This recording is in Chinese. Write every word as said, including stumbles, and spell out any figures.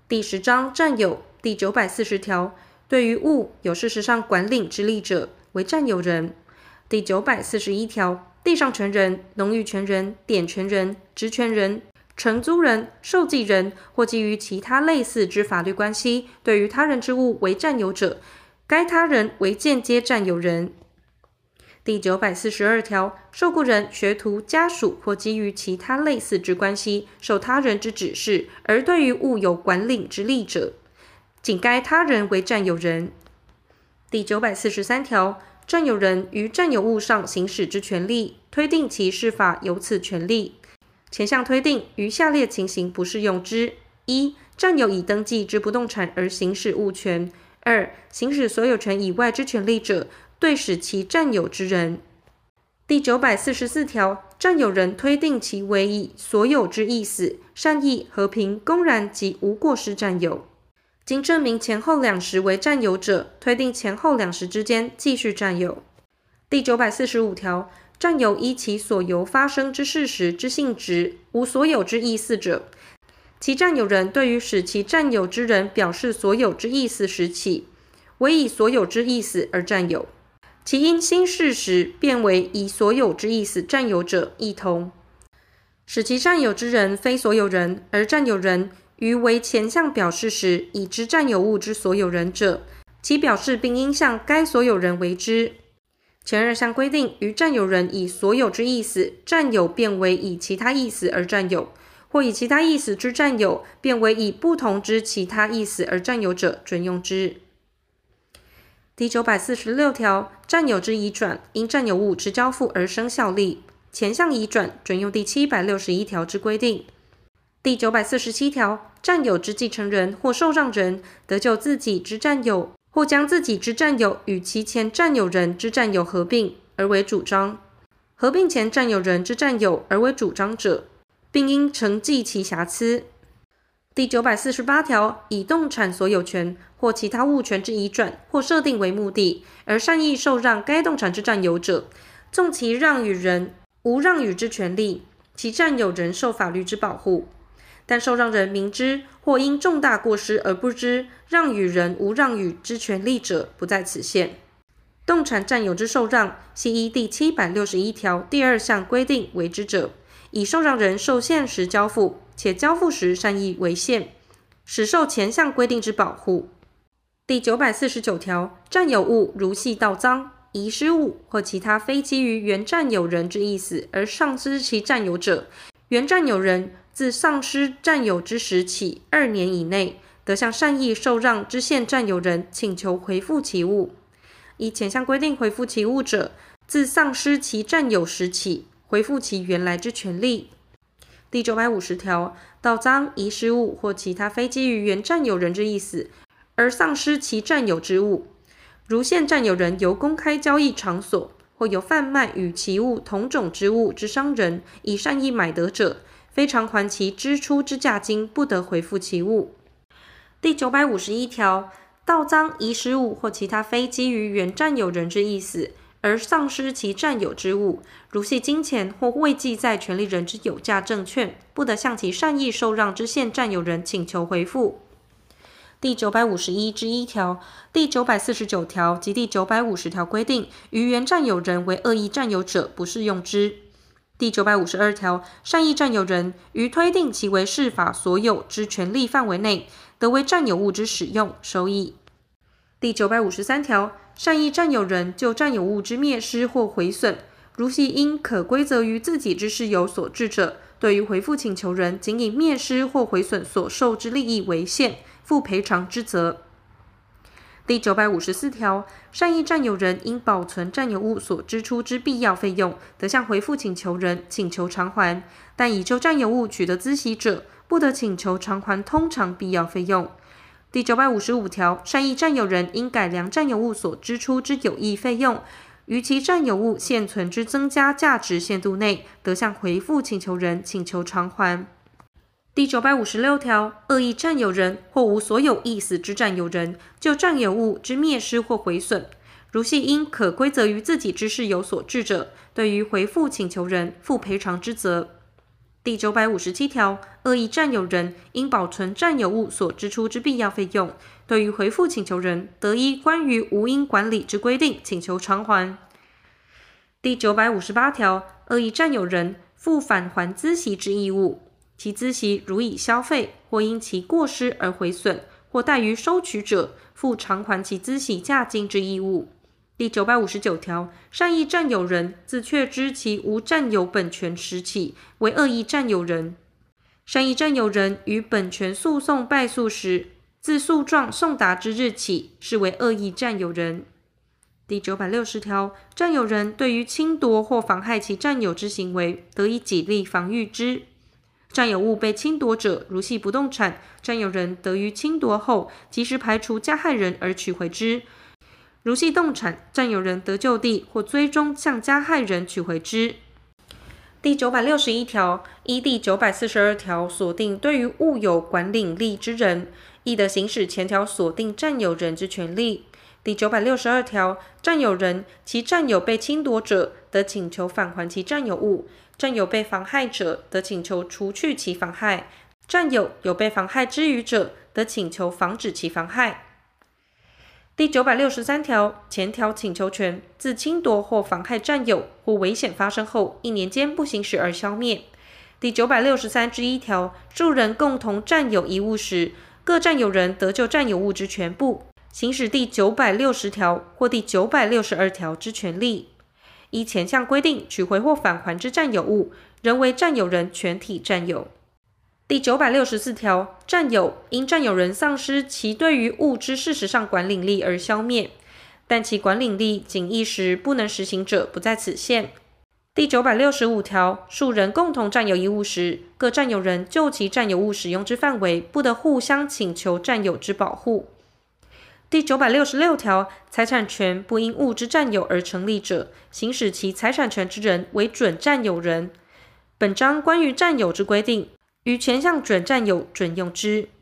第十章占有第九百四十条，对于物有事实上管领之力者，为占有人。第九百四十一条，地上权人、农渔权人、典权人、职权人、承租人、受寄人或基于其他类似之法律关系，对于他人之物为占有者，该他人为间接占有人。第九百四十二条，受雇人、学徒、家属或基于其他类似之关系，受他人之指示，而对于物有管领之力者，仅该他人为占有人。第九百四十三条，占有人于占有物上行使之权利，推定其是法有此权利。前项推定于下列情形不适用之：一、占有已登记之不动产而行使物权；二、行使所有权以外之权利者，对使其占有之人。第九百四十四条，占有人推定其为以所有之意思、善意、和平、公然及无过失占有。经证明前后两时为占有者，推定前后两时之间继续占有。第九百四十五条，占有依其所由发生之事实之性质，无所有之意思者，其占有人对于使其占有之人表示所有之意思时起，为以所有之意思而占有。其因新事实变为以所有之意思占有者，亦同。使其占有之人非所有人，而占有人于为前项表示时已知占有物之所有人者，其表示并应向该所有人为之。前二项规定于占有人以所有之意思占有变为以其他意思而占有，或以其他意思之占有变为以不同之其他意思而占有者，准用之。第九百四十六条，占有之移转因占有物之交付而生效力，前项移转准用第七百六十一条之规定。第九百四十七条，占有之继承人或受让人得就自己之占有，或将自己之占有与其前占有人之占有合并而为主张，合并前占有人之占有而为主张者，并应承继其瑕疵。第九百四十八条，以动产所有权或其他物权之移转或设定为目的，而善意受让该动产之占有者，纵其让与人无让与之权利，其占有人受法律之保护。但受让人明知或因重大过失而不知让与人无让与之权利者，不在此限。动产占有之受让，系依第七百六十一条第二项规定为之者，以受让人受限时交付，且交付时善意为限，使受前项规定之保护。第九百四十九条，占有物如系盗赃、遗失物或其他非基于原占有人之意思而丧失其占有者，原占有人自丧失占有之时起二年以内，得向善意受让之现占有人请求回复其物。依前项规定回复其物者，自丧失其占有时起，回复其原来之权利。第九百五十条，盗赃、遗失物或其他非基于原占有人之意思而丧失其占有之物，如现占有人由公开交易场所或由贩卖与其物同种之物之商人以善意买得者，非偿还其支出之价金，不得回复其物。第九百五十一条，盗赃、遗失物或其他非基于原占有人之意思而丧失其占有之物，如系金钱或未记在权利人之有价证券，不得向其善意受让之现占有人请求回复。第九百五十一之一条、第九百四十九条及第九百五十条规定，于原占有人为恶意占有者，不适用之。第九百五十二条，善意占有人于推定其为适法所有之权利范围内，得为占有物之使用、收益。第九百五十三条，善意占有人就占有物之灭失或毁损，如系因可归责于自己之事由所致者，对于回复请求人仅以灭失或毁损所受之利益为限，负赔偿之责。第九百五十四条，善意占有人因保存占有物所支出之必要费用，得向回复请求人请求偿还，但已就占有物取得孳息者，不得请求偿还通常必要费用。第九百五十五条，善意占有人因改良占有物所支出之有益费用，于其占有物现存之增加价值限度内，得向回复请求人请求偿还。第九百五十六条，恶意占有人或无所有意思之占有人，就占有物之灭失或毁损，如系因可归责于自己之事有所致者，对于回复请求人负赔偿之责。 第九百五十七条，恶意占有人应保存占有物所支出之必要费用，对于回复请求人，得依关于无因管理之规定请求偿还。第九百五十八条，恶意占有人负返还孳息之义务，其孳息如已消费，或因其过失而毁损，或怠于收取者，负偿还其孳息价金之义务。第九百五十九条，善意占有人自确知其无占有本权时起，为恶意占有人。善意占有人于本权诉讼败诉时，自诉状送达之日起，视为恶意占有人。第九百六十条，占有人对于侵夺或妨害其占有之行为，得以己力防御之。占有物被侵夺者，如系不动产，占有人得于侵夺后，及时排除加害人而取回之。如系动产，占有人得就地或追踪向加害人取回之。第九百六十一条，依第九百四十二条锁定对于物有管领力之人，亦得行使前条锁定占有人之权利。第九百六十二条，占有人其占有被侵夺者，得请求返还其占有物；占有被妨害者，得请求除去其妨害；占有有被妨害之余者，得请求防止其妨害。第九百六十三条，前条请求权自侵夺或妨害占有或危险发生后一年间不行使而消灭。第九百六十三之一条，数人共同占有一物时，各占有人得就占有物之全部行使第九百六十条或第九百六十二条之权利。依前项规定取回或返还之占有物，仍为占有人全体占有。第九百六十四条，占有因占有人丧失其对于物之事实上管领力而消灭，但其管领力仅一时不能实行者，不在此限。第九百六十五条，数人共同占有一物时，各占有人就其占有物使用之范围，不得互相请求占有之保护。第九百六十六条，财产权不因物之占有而成立者，行使其财产权之人为准占有人。本章关于占有之规定，于前项准占有准用之。